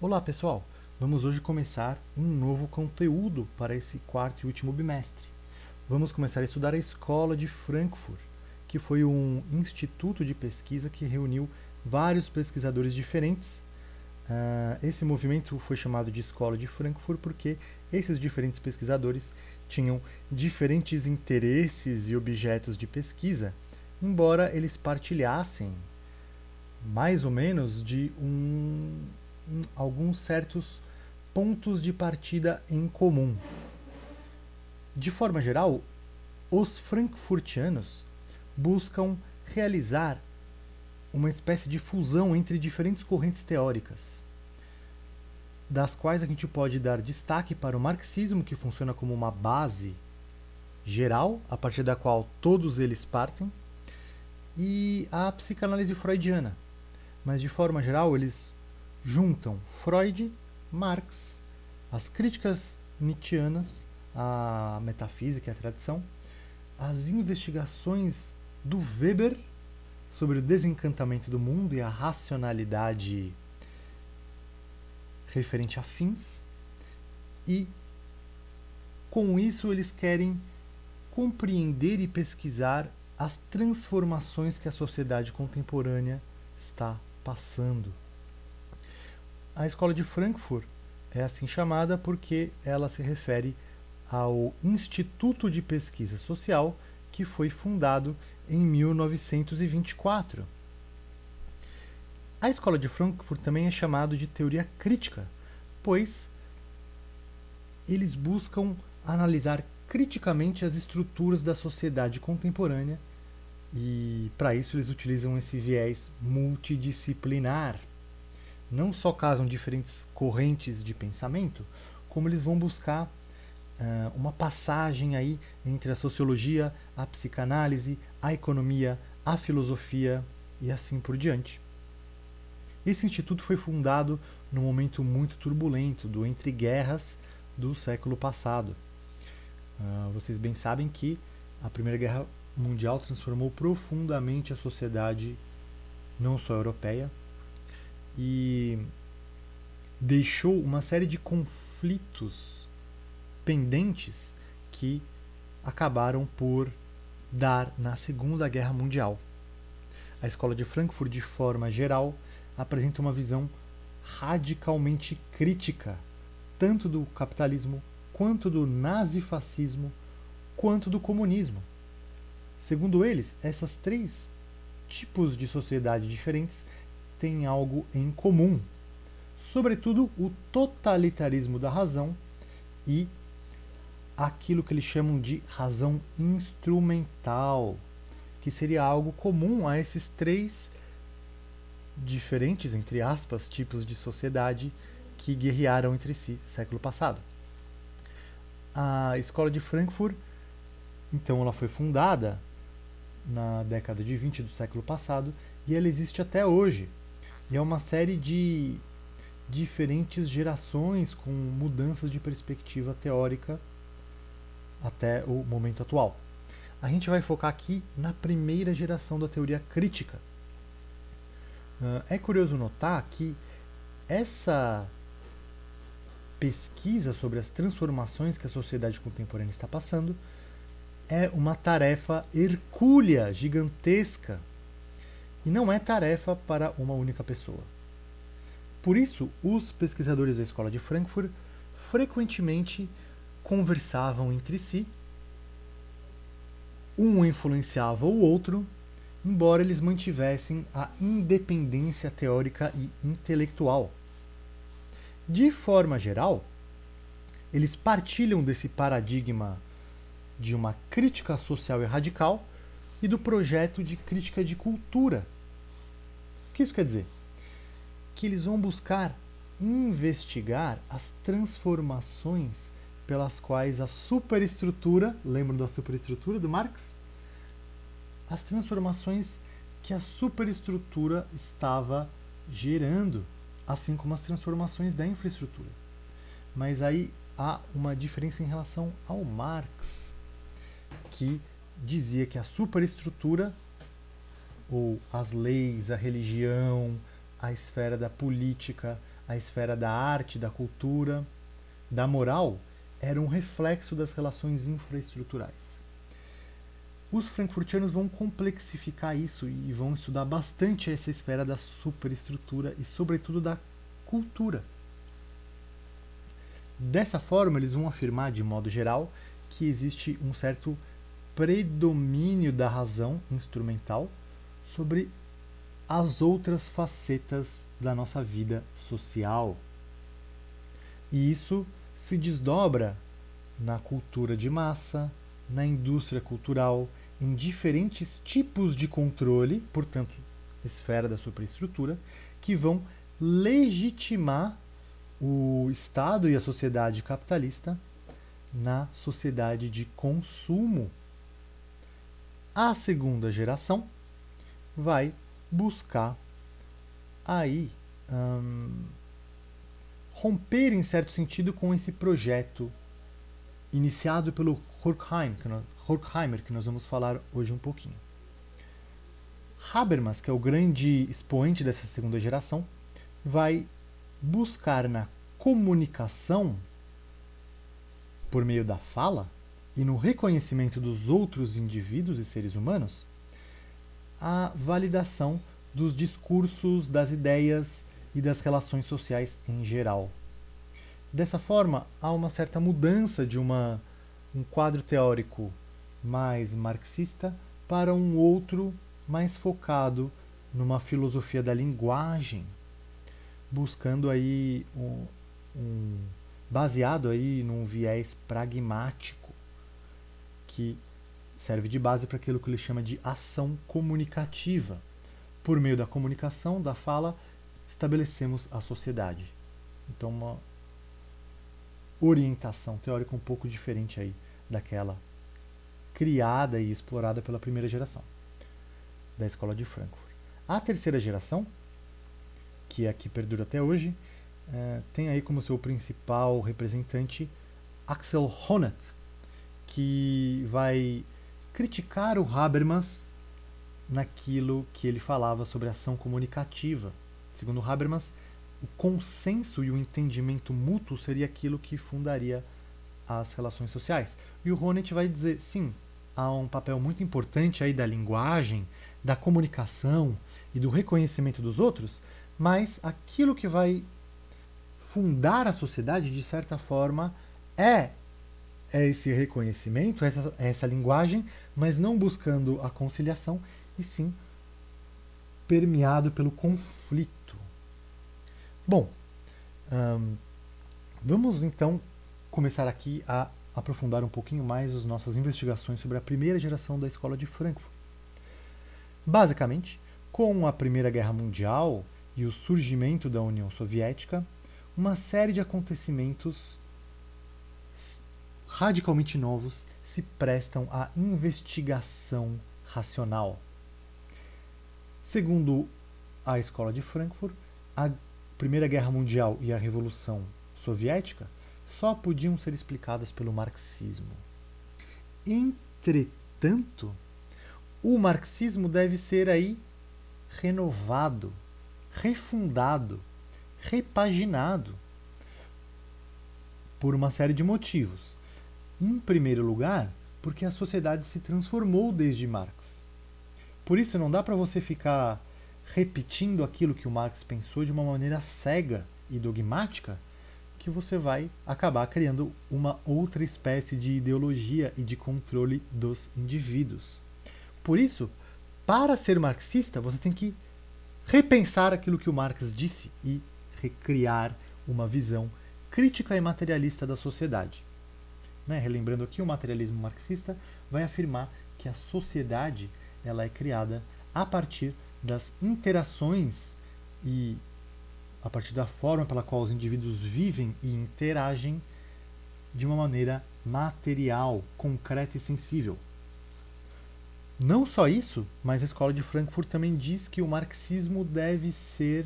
Olá pessoal, vamos hoje começar um novo conteúdo para esse quarto e último bimestre. Vamos começar a estudar a Escola de Frankfurt, que foi um instituto de pesquisa que reuniu vários pesquisadores diferentes. Esse movimento foi chamado de Escola de Frankfurt porque esses diferentes pesquisadores tinham diferentes interesses e objetos de pesquisa, embora eles partilhassem mais ou menos de alguns certos pontos de partida em comum. De forma geral, os frankfurtianos buscam realizar uma espécie de fusão entre diferentes correntes teóricas, das quais a gente pode dar destaque para o marxismo, que funciona como uma base geral, a partir da qual todos eles partem, e a psicanálise freudiana. Mas de forma geral, eles juntam Freud, Marx, as críticas nietzschianas, a metafísica e a tradição, as investigações do Weber sobre o desencantamento do mundo e a racionalidade referente a fins, e com isso eles querem compreender e pesquisar as transformações que a sociedade contemporânea está passando. A Escola de Frankfurt é assim chamada porque ela se refere ao Instituto de Pesquisa Social, que foi fundado em 1924. A Escola de Frankfurt também é chamada de teoria crítica, pois eles buscam analisar criticamente as estruturas da sociedade contemporânea e, para isso, eles utilizam esse viés multidisciplinar. Não só casam diferentes correntes de pensamento, como eles vão buscar uma passagem aí entre a sociologia, a psicanálise, a economia, a filosofia e assim por diante. Esse instituto foi fundado num momento muito turbulento do entre-guerras do século passado. Vocês bem sabem que a Primeira Guerra Mundial transformou profundamente a sociedade, não só europeia, e deixou uma série de conflitos pendentes que acabaram por dar na Segunda Guerra Mundial. A Escola de Frankfurt, de forma geral, apresenta uma visão radicalmente crítica, tanto do capitalismo, quanto do nazifascismo, quanto do comunismo. Segundo eles, essas três tipos de sociedade diferentes têm algo em comum, sobretudo o totalitarismo da razão e aquilo que eles chamam de razão instrumental, que seria algo comum a esses três diferentes, entre aspas, tipos de sociedade que guerrearam entre si no século passado. A Escola de Frankfurt, então, ela foi fundada na década de 20 do século passado e ela existe até hoje. E é uma série de diferentes gerações com mudanças de perspectiva teórica até o momento atual. A gente vai focar aqui na primeira geração da teoria crítica. É curioso notar que essa pesquisa sobre as transformações que a sociedade contemporânea está passando é uma tarefa hercúlea, gigantesca, e não é tarefa para uma única pessoa. Por isso, os pesquisadores da Escola de Frankfurt frequentemente conversavam entre si, um influenciava o outro, embora eles mantivessem a independência teórica e intelectual. De forma geral, eles partilham desse paradigma de uma crítica social e radical e do projeto de crítica de cultura. O que isso quer dizer? Que eles vão buscar investigar as transformações pelas quais a superestrutura, lembram da superestrutura do Marx? As transformações que a superestrutura estava gerando, assim como as transformações da infraestrutura. Mas aí há uma diferença em relação ao Marx, que dizia que a superestrutura, ou as leis, a religião, a esfera da política, a esfera da arte, da cultura, da moral, era um reflexo das relações infraestruturais. Os frankfurtianos vão complexificar isso e vão estudar bastante essa esfera da superestrutura e, sobretudo, da cultura. Dessa forma, eles vão afirmar, de modo geral, que existe um certo predomínio da razão instrumental sobre as outras facetas da nossa vida social. E isso se desdobra na cultura de massa, na indústria cultural, em diferentes tipos de controle, portanto, esfera da superestrutura, que vão legitimar o Estado e a sociedade capitalista na sociedade de consumo. A segunda geração vai buscar aí romper em certo sentido com esse projeto iniciado pelo Horkheimer, que nós vamos falar hoje um pouquinho. Habermas, que é o grande expoente dessa segunda geração, vai buscar na comunicação, por meio da fala, e no reconhecimento dos outros indivíduos e seres humanos, a validação dos discursos, das ideias e das relações sociais em geral. Dessa forma, há uma certa mudança de um quadro teórico mais marxista para um outro mais focado numa filosofia da linguagem, buscando aí baseado aí num viés pragmático que serve de base para aquilo que ele chama de ação comunicativa. Por meio da comunicação, da fala, estabelecemos a sociedade. Então, uma orientação teórica um pouco diferente aí daquela criada e explorada pela primeira geração da Escola de Frankfurt. A terceira geração, que é a que perdura até hoje, tem aí como seu principal representante Axel Honneth, que vai criticar o Habermas naquilo que ele falava sobre ação comunicativa. Segundo Habermas, o consenso e o entendimento mútuo seria aquilo que fundaria as relações sociais. E o Honneth vai dizer, sim, há um papel muito importante aí da linguagem, da comunicação e do reconhecimento dos outros, mas aquilo que vai fundar a sociedade, de certa forma, é esse reconhecimento, essa linguagem, mas não buscando a conciliação, e sim permeado pelo conflito. Bom, vamos então começar aqui a aprofundar um pouquinho mais as nossas investigações sobre a primeira geração da Escola de Frankfurt. Basicamente, com a Primeira Guerra Mundial e o surgimento da União Soviética, uma série de acontecimentos radicalmente novos se prestam à investigação racional. Segundo a Escola de Frankfurt, a Primeira Guerra Mundial e a Revolução Soviética só podiam ser explicadas pelo marxismo. Entretanto, o marxismo deve ser aí renovado, refundado, repaginado por uma série de motivos. Em primeiro lugar, porque a sociedade se transformou desde Marx. Por isso não dá para você ficar repetindo aquilo que o Marx pensou de uma maneira cega e dogmática, que você vai acabar criando uma outra espécie de ideologia e de controle dos indivíduos. Por isso, para ser marxista, você tem que repensar aquilo que o Marx disse e recriar uma visão crítica e materialista da sociedade. Relembrando aqui, o materialismo marxista vai afirmar que a sociedade ela é criada a partir das interações e a partir da forma pela qual os indivíduos vivem e interagem de uma maneira material, concreta e sensível. Não só isso, mas a Escola de Frankfurt também diz que o marxismo deve ser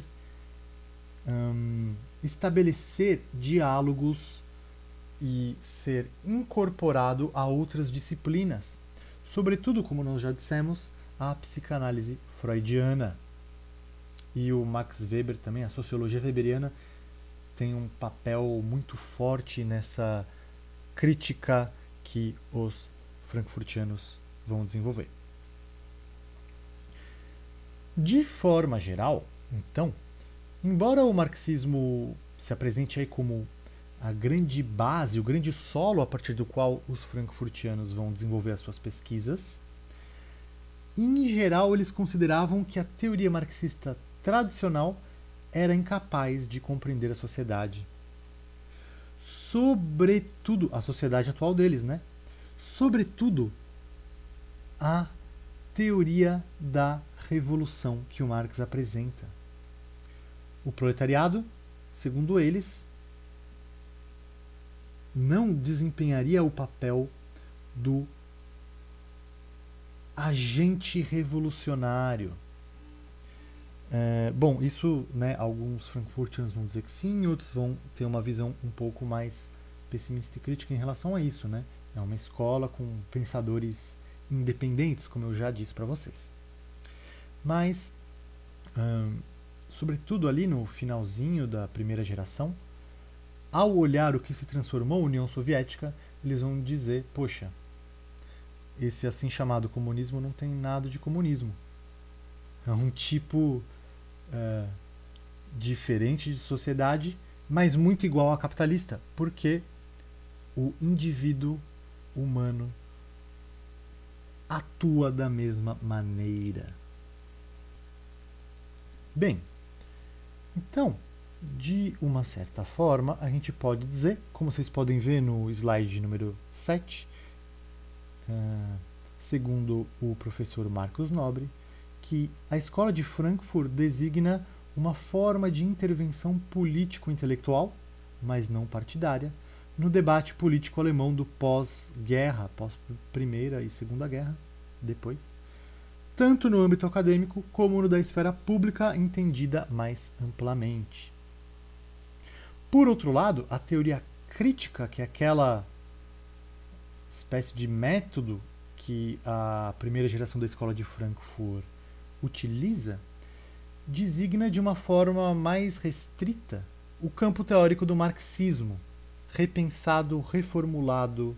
estabelecer diálogos e ser incorporado a outras disciplinas, sobretudo, como nós já dissemos, a psicanálise freudiana. E o Max Weber também, a sociologia weberiana, tem um papel muito forte nessa crítica que os frankfurtianos vão desenvolver. De forma geral, então, embora o marxismo se apresente aí como a grande base, o grande solo a partir do qual os frankfurtianos vão desenvolver as suas pesquisas, em geral eles consideravam que a teoria marxista tradicional era incapaz de compreender a sociedade. Sobretudo, a sociedade atual deles, né? Sobretudo, a teoria da revolução que o Marx apresenta. O proletariado, segundo eles, não desempenharia o papel do agente revolucionário. Bom, isso, né, alguns frankfurtianos vão dizer que sim, outros vão ter uma visão um pouco mais pessimista e crítica em relação a isso, né? É uma escola com pensadores independentes, como eu já disse para vocês. Mas, sobretudo ali no finalzinho da primeira geração, ao olhar o que se transformou a União Soviética, eles vão dizer, poxa, esse assim chamado comunismo não tem nada de comunismo. É um tipo diferente de sociedade, mas muito igual à capitalista, porque o indivíduo humano atua da mesma maneira. Bem, então, de uma certa forma, a gente pode dizer, como vocês podem ver no slide número 7, segundo o professor Marcos Nobre, que a Escola de Frankfurt designa uma forma de intervenção político-intelectual, mas não partidária, no debate político alemão do pós-guerra, pós-Primeira e Segunda Guerra, depois, tanto no âmbito acadêmico como no da esfera pública entendida mais amplamente. Por outro lado, a teoria crítica, que é aquela espécie de método que a primeira geração da Escola de Frankfurt utiliza, designa de uma forma mais restrita o campo teórico do marxismo, repensado, reformulado,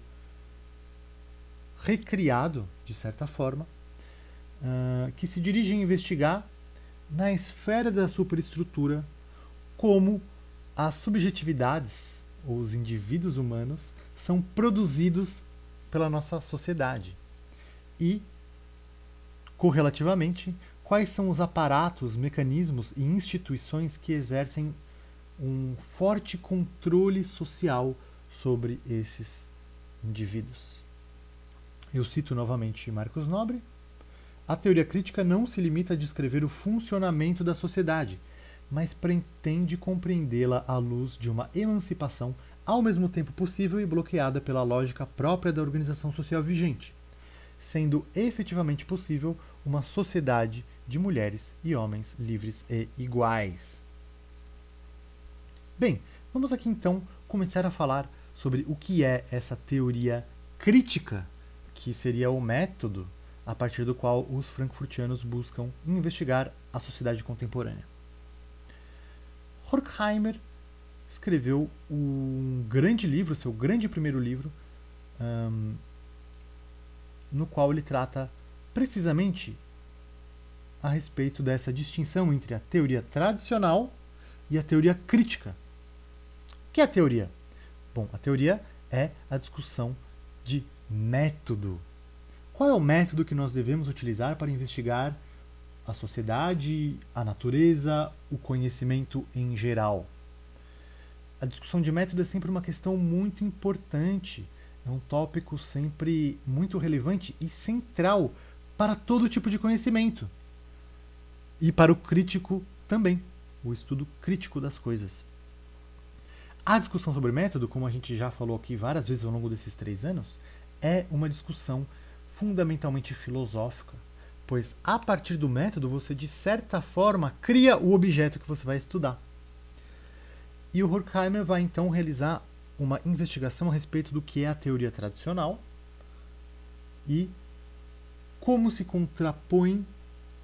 recriado, de certa forma, que se dirige a investigar na esfera da superestrutura como as subjetividades, ou os indivíduos humanos, são produzidos pela nossa sociedade. E, correlativamente, quais são os aparatos, mecanismos e instituições que exercem um forte controle social sobre esses indivíduos. Eu cito novamente Marcos Nobre. A teoria crítica não se limita a descrever o funcionamento da sociedade, mas pretende compreendê-la à luz de uma emancipação ao mesmo tempo possível e bloqueada pela lógica própria da organização social vigente, sendo efetivamente possível uma sociedade de mulheres e homens livres e iguais. Bem, vamos aqui então começar a falar sobre o que é essa teoria crítica, que seria o método a partir do qual os frankfurtianos buscam investigar a sociedade contemporânea. Horkheimer escreveu um grande livro, seu grande primeiro livro, no qual ele trata precisamente a respeito dessa distinção entre a teoria tradicional e a teoria crítica. O que é a teoria? Bom, a teoria é a discussão de método. Qual é o método que nós devemos utilizar para investigar a sociedade, a natureza, o conhecimento em geral? A discussão de método é sempre uma questão muito importante, é um tópico sempre muito relevante e central para todo tipo de conhecimento. E para o crítico também, o estudo crítico das coisas. A discussão sobre método, como a gente já falou aqui várias vezes ao longo desses 3 anos, é uma discussão fundamentalmente filosófica, pois a partir do método você, de certa forma, cria o objeto que você vai estudar. E o Horkheimer vai então realizar uma investigação a respeito do que é a teoria tradicional e como se contrapõe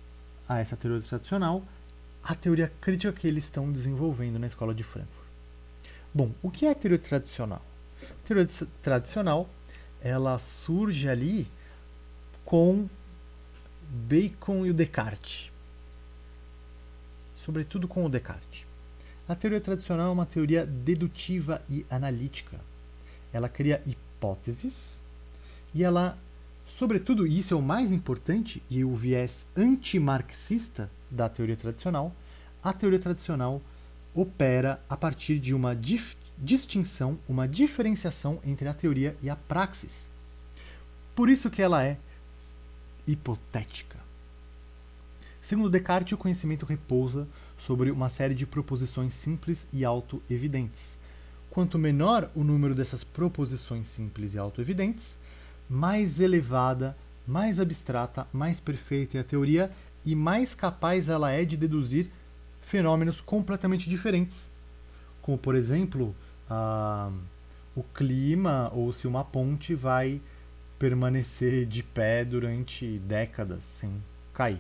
a essa teoria tradicional a teoria crítica que eles estão desenvolvendo na Escola de Frankfurt. Bom, o que é a teoria tradicional? A teoria tradicional, ela surge ali com Bacon e o Descartes. Sobretudo com o Descartes. A teoria tradicional é uma teoria dedutiva e analítica. Ela cria hipóteses e ela, sobretudo, e isso é o mais importante, e o viés antimarxista da teoria tradicional, a teoria tradicional opera a partir de uma distinção, uma diferenciação entre a teoria e a praxis. Por isso que ela é hipotética. Segundo Descartes, o conhecimento repousa sobre uma série de proposições simples e auto-evidentes. Quanto menor o número dessas proposições simples e auto-evidentes, mais elevada, mais abstrata, mais perfeita é a teoria e mais capaz ela é de deduzir fenômenos completamente diferentes, como, por exemplo, o clima ou se uma ponte vai permanecer de pé durante décadas sem cair.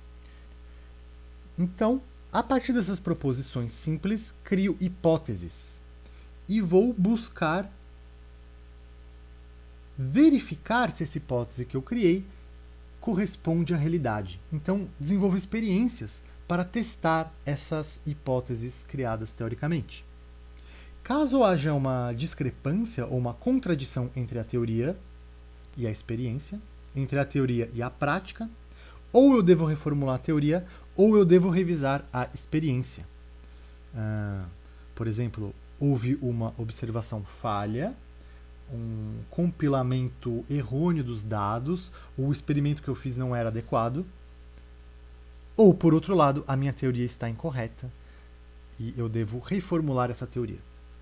Então, a partir dessas proposições simples, crio hipóteses e vou buscar verificar se essa hipótese que eu criei corresponde à realidade. Então, desenvolvo experiências para testar essas hipóteses criadas teoricamente. Caso haja uma discrepância ou uma contradição entre a teoria e a experiência, entre a teoria e a prática, ou eu devo reformular a teoria, ou eu devo revisar a experiência. Por exemplo, houve uma observação falha, um compilamento errôneo dos dados, o experimento que eu fiz não era adequado, ou, por outro lado, a minha teoria está incorreta e eu devo reformular essa teoria.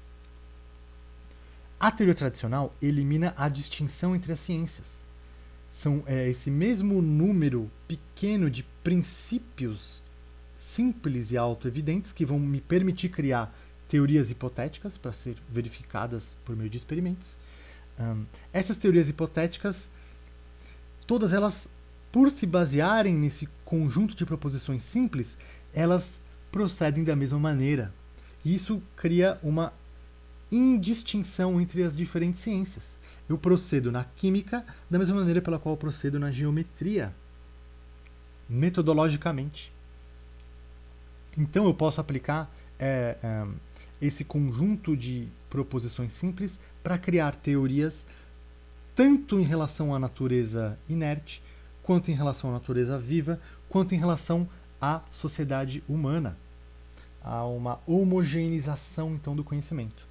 A teoria tradicional elimina a distinção entre as ciências. São esse mesmo número pequeno de princípios simples e auto-evidentes que vão me permitir criar teorias hipotéticas para ser verificadas por meio de experimentos. Essas teorias hipotéticas, todas elas, por se basearem nesse conjunto de proposições simples, elas procedem da mesma maneira. E isso cria uma indistinção entre as diferentes ciências. Eu procedo na química da mesma maneira pela qual eu procedo na geometria, metodologicamente. Então eu posso aplicar esse conjunto de proposições simples para criar teorias tanto em relação à natureza inerte, quanto em relação à natureza viva, quanto em relação à sociedade humana. Há uma homogeneização, então, do conhecimento.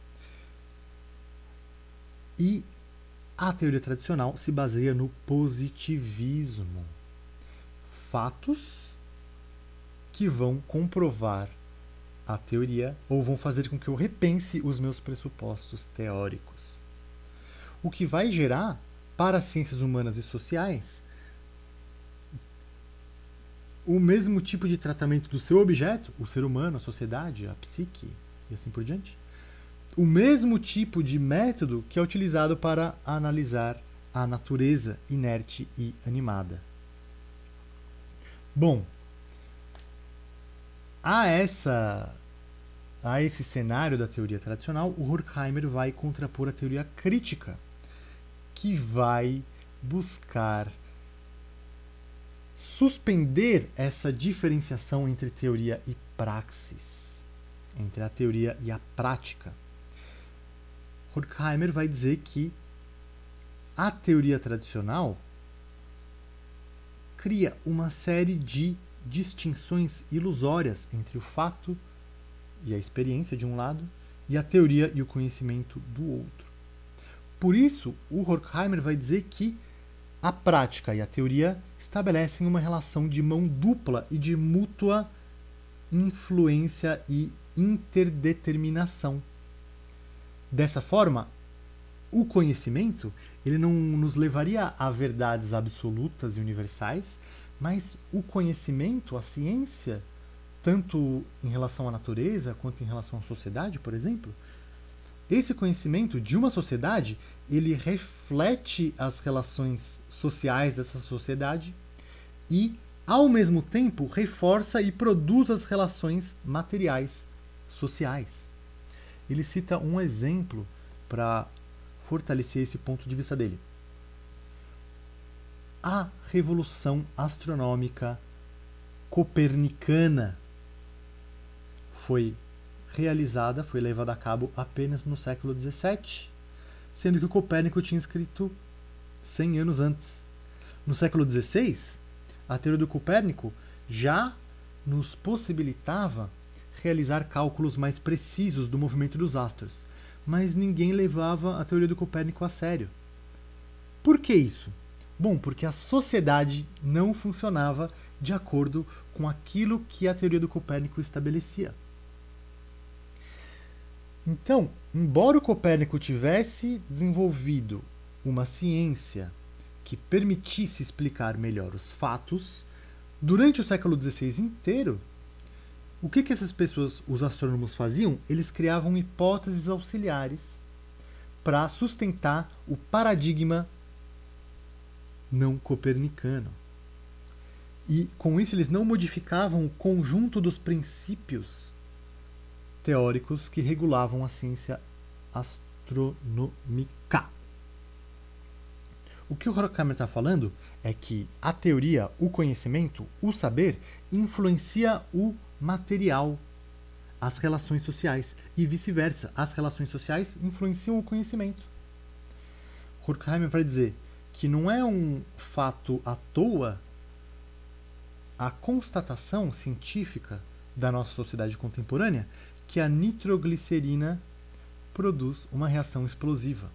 E a teoria tradicional se baseia no positivismo. Fatos que vão comprovar a teoria ou vão fazer com que eu repense os meus pressupostos teóricos. O que vai gerar, para as ciências humanas e sociais, o mesmo tipo de tratamento do seu objeto, o ser humano, a sociedade, a psique e assim por diante. O mesmo tipo de método que é utilizado para analisar a natureza inerte e animada. Bom, a esse cenário da teoria tradicional, o Horkheimer vai contrapor a teoria crítica, que vai buscar suspender essa diferenciação entre teoria e praxis, entre a teoria e a prática. Horkheimer vai dizer que a teoria tradicional cria uma série de distinções ilusórias entre o fato e a experiência de um lado e a teoria e o conhecimento do outro. Por isso, o Horkheimer vai dizer que a prática e a teoria estabelecem uma relação de mão dupla e de mútua influência e interdeterminação. Dessa forma, o conhecimento ele não nos levaria a verdades absolutas e universais, mas o conhecimento, a ciência, tanto em relação à natureza quanto em relação à sociedade, por exemplo, esse conhecimento de uma sociedade, ele reflete as relações sociais dessa sociedade e, ao mesmo tempo, reforça e produz as relações materiais sociais. ele cita um exemplo para fortalecer esse ponto de vista dele. A revolução astronômica copernicana foi levada a cabo apenas no século XVII, sendo que o Copérnico tinha escrito 100 anos antes. No século XVI, a teoria do Copérnico já nos possibilitava realizar cálculos mais precisos do movimento dos astros, mas ninguém levava a teoria do Copérnico a sério. Por que isso? Bom, porque a sociedade não funcionava de acordo com aquilo que a teoria do Copérnico estabelecia. Então, embora o Copérnico tivesse desenvolvido uma ciência que permitisse explicar melhor os fatos, durante o século XVI inteiro, o que essas pessoas, os astrônomos, faziam? Eles criavam hipóteses auxiliares para sustentar o paradigma não copernicano. E com isso eles não modificavam o conjunto dos princípios teóricos que regulavam a ciência astronômica. O que o Horkheimer está falando é que a teoria, o conhecimento, o saber, influencia o material, as relações sociais, e vice-versa. As relações sociais influenciam o conhecimento. Horkheimer vai dizer que não é um fato à toa a constatação científica da nossa sociedade contemporânea que a nitroglicerina produz uma reação explosiva.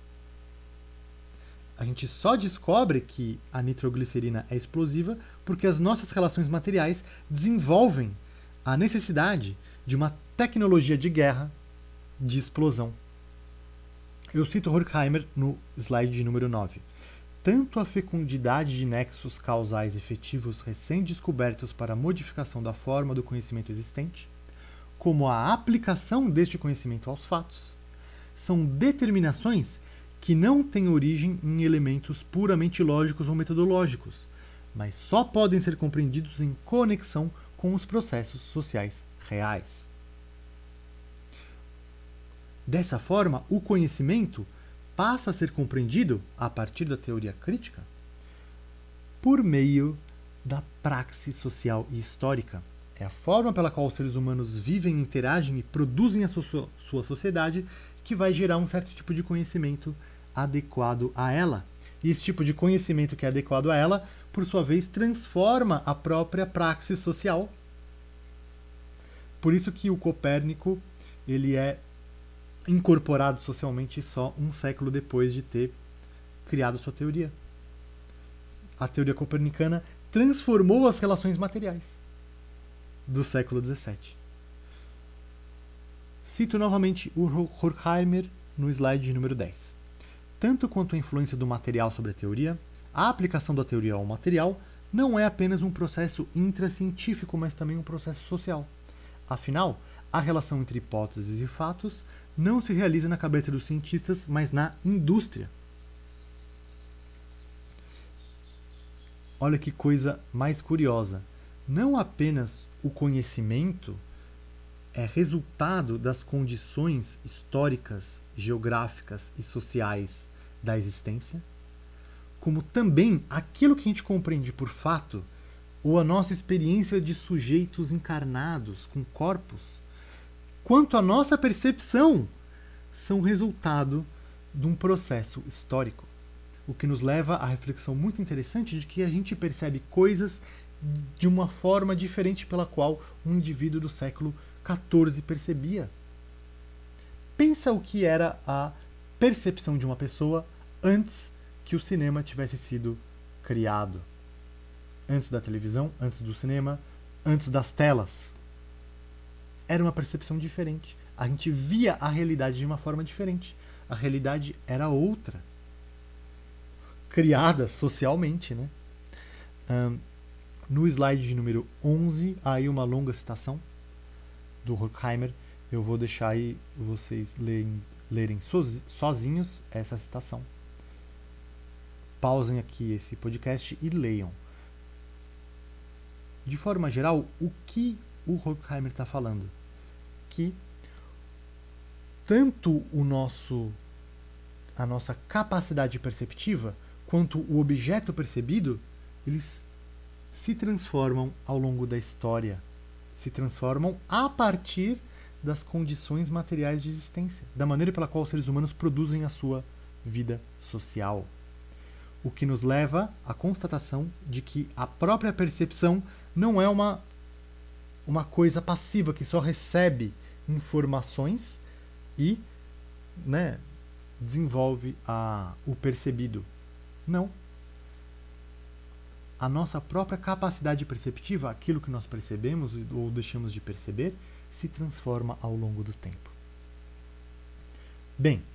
A gente só descobre que a nitroglicerina é explosiva porque as nossas relações materiais desenvolvem a necessidade de uma tecnologia de guerra de explosão. Eu cito Horkheimer no slide número 9. Tanto a fecundidade de nexos causais efetivos recém-descobertos para a modificação da forma do conhecimento existente, como a aplicação deste conhecimento aos fatos, são determinações que não têm origem em elementos puramente lógicos ou metodológicos, mas só podem ser compreendidos em conexão com os processos sociais reais. Dessa forma, o conhecimento passa a ser compreendido, a partir da teoria crítica, por meio da praxis social e histórica. É a forma pela qual os seres humanos vivem, interagem e produzem a sua sociedade que vai gerar um certo tipo de conhecimento adequado a ela. E esse tipo de conhecimento que é adequado a ela, por sua vez, transforma a própria praxis social. Por isso que o Copérnico ele é incorporado socialmente só um século depois de ter criado sua teoria. A teoria copernicana transformou as relações materiais do século XVII. Cito novamente o Horkheimer no slide número 10. Tanto quanto a influência do material sobre a teoria, a aplicação da teoria ao material não é apenas um processo intracientífico, mas também um processo social. Afinal, a relação entre hipóteses e fatos não se realiza na cabeça dos cientistas, mas na indústria. Olha que coisa mais curiosa. Não apenas o conhecimento é resultado das condições históricas, geográficas e sociais da existência, como também aquilo que a gente compreende por fato, ou a nossa experiência de sujeitos encarnados com corpos, quanto a nossa percepção, são resultado de um processo histórico. O que nos leva à reflexão muito interessante de que a gente percebe coisas de uma forma diferente pela qual um indivíduo do século XIV percebia. Pensa o que era a percepção de uma pessoa antes que o cinema tivesse sido criado. Antes da televisão, antes do cinema, antes das telas. Era uma percepção diferente. A gente via a realidade de uma forma diferente. A realidade era outra. Criada socialmente, né? No slide de número 11, há aí uma longa citação do Horkheimer. Eu vou deixar aí vocês lerem sozinhos essa citação. Pausem aqui esse podcast e leiam. De forma geral, o que o Horkheimer está falando? Que tanto a nossa capacidade perceptiva quanto o objeto percebido, eles se transformam ao longo da história, se transformam a partir das condições materiais de existência, da maneira pela qual os seres humanos produzem a sua vida social. O que nos leva à constatação de que a própria percepção não é uma coisa passiva que só recebe informações e, né, desenvolve o percebido. Não. A nossa própria capacidade perceptiva, aquilo que nós percebemos ou deixamos de perceber, se transforma ao longo do tempo. Bem,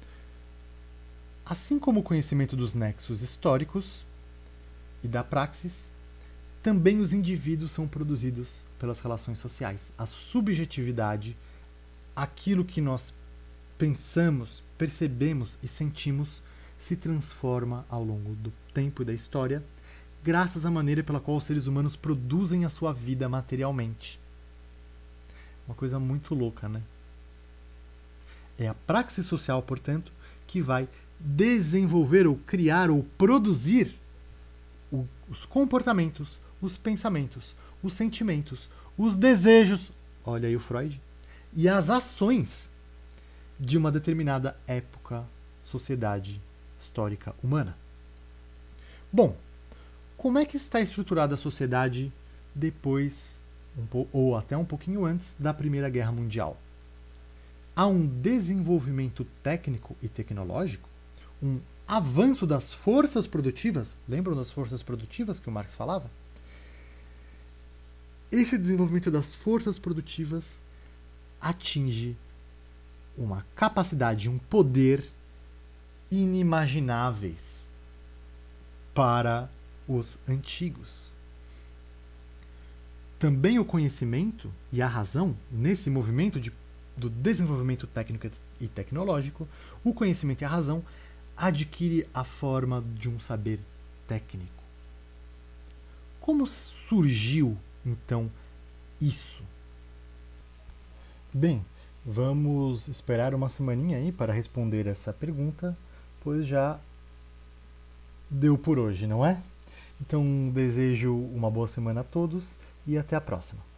assim como o conhecimento dos nexos históricos e da praxis, também os indivíduos são produzidos pelas relações sociais. A subjetividade, aquilo que nós pensamos, percebemos e sentimos, se transforma ao longo do tempo e da história, graças à maneira pela qual os seres humanos produzem a sua vida materialmente. Uma coisa muito louca, né? É a praxis social, portanto, que vai desenvolver ou criar ou produzir os comportamentos, os pensamentos, os sentimentos, os desejos, olha aí o Freud, e as ações de uma determinada época, sociedade histórica humana. Bom, como é que está estruturada a sociedade depois, ou até um pouquinho antes, da Primeira Guerra Mundial? Há um desenvolvimento técnico e tecnológico, um avanço das forças produtivas. Lembram das forças produtivas que o Marx falava? Esse desenvolvimento das forças produtivas atinge uma capacidade, um poder inimagináveis para os antigos. Também o conhecimento e a razão, nesse movimento do desenvolvimento técnico e tecnológico, o conhecimento e a razão adquire a forma de um saber técnico. Como surgiu, então, isso? Bem, vamos esperar uma semaninha aí para responder essa pergunta, pois já deu por hoje, não é? Então, desejo uma boa semana a todos e até a próxima.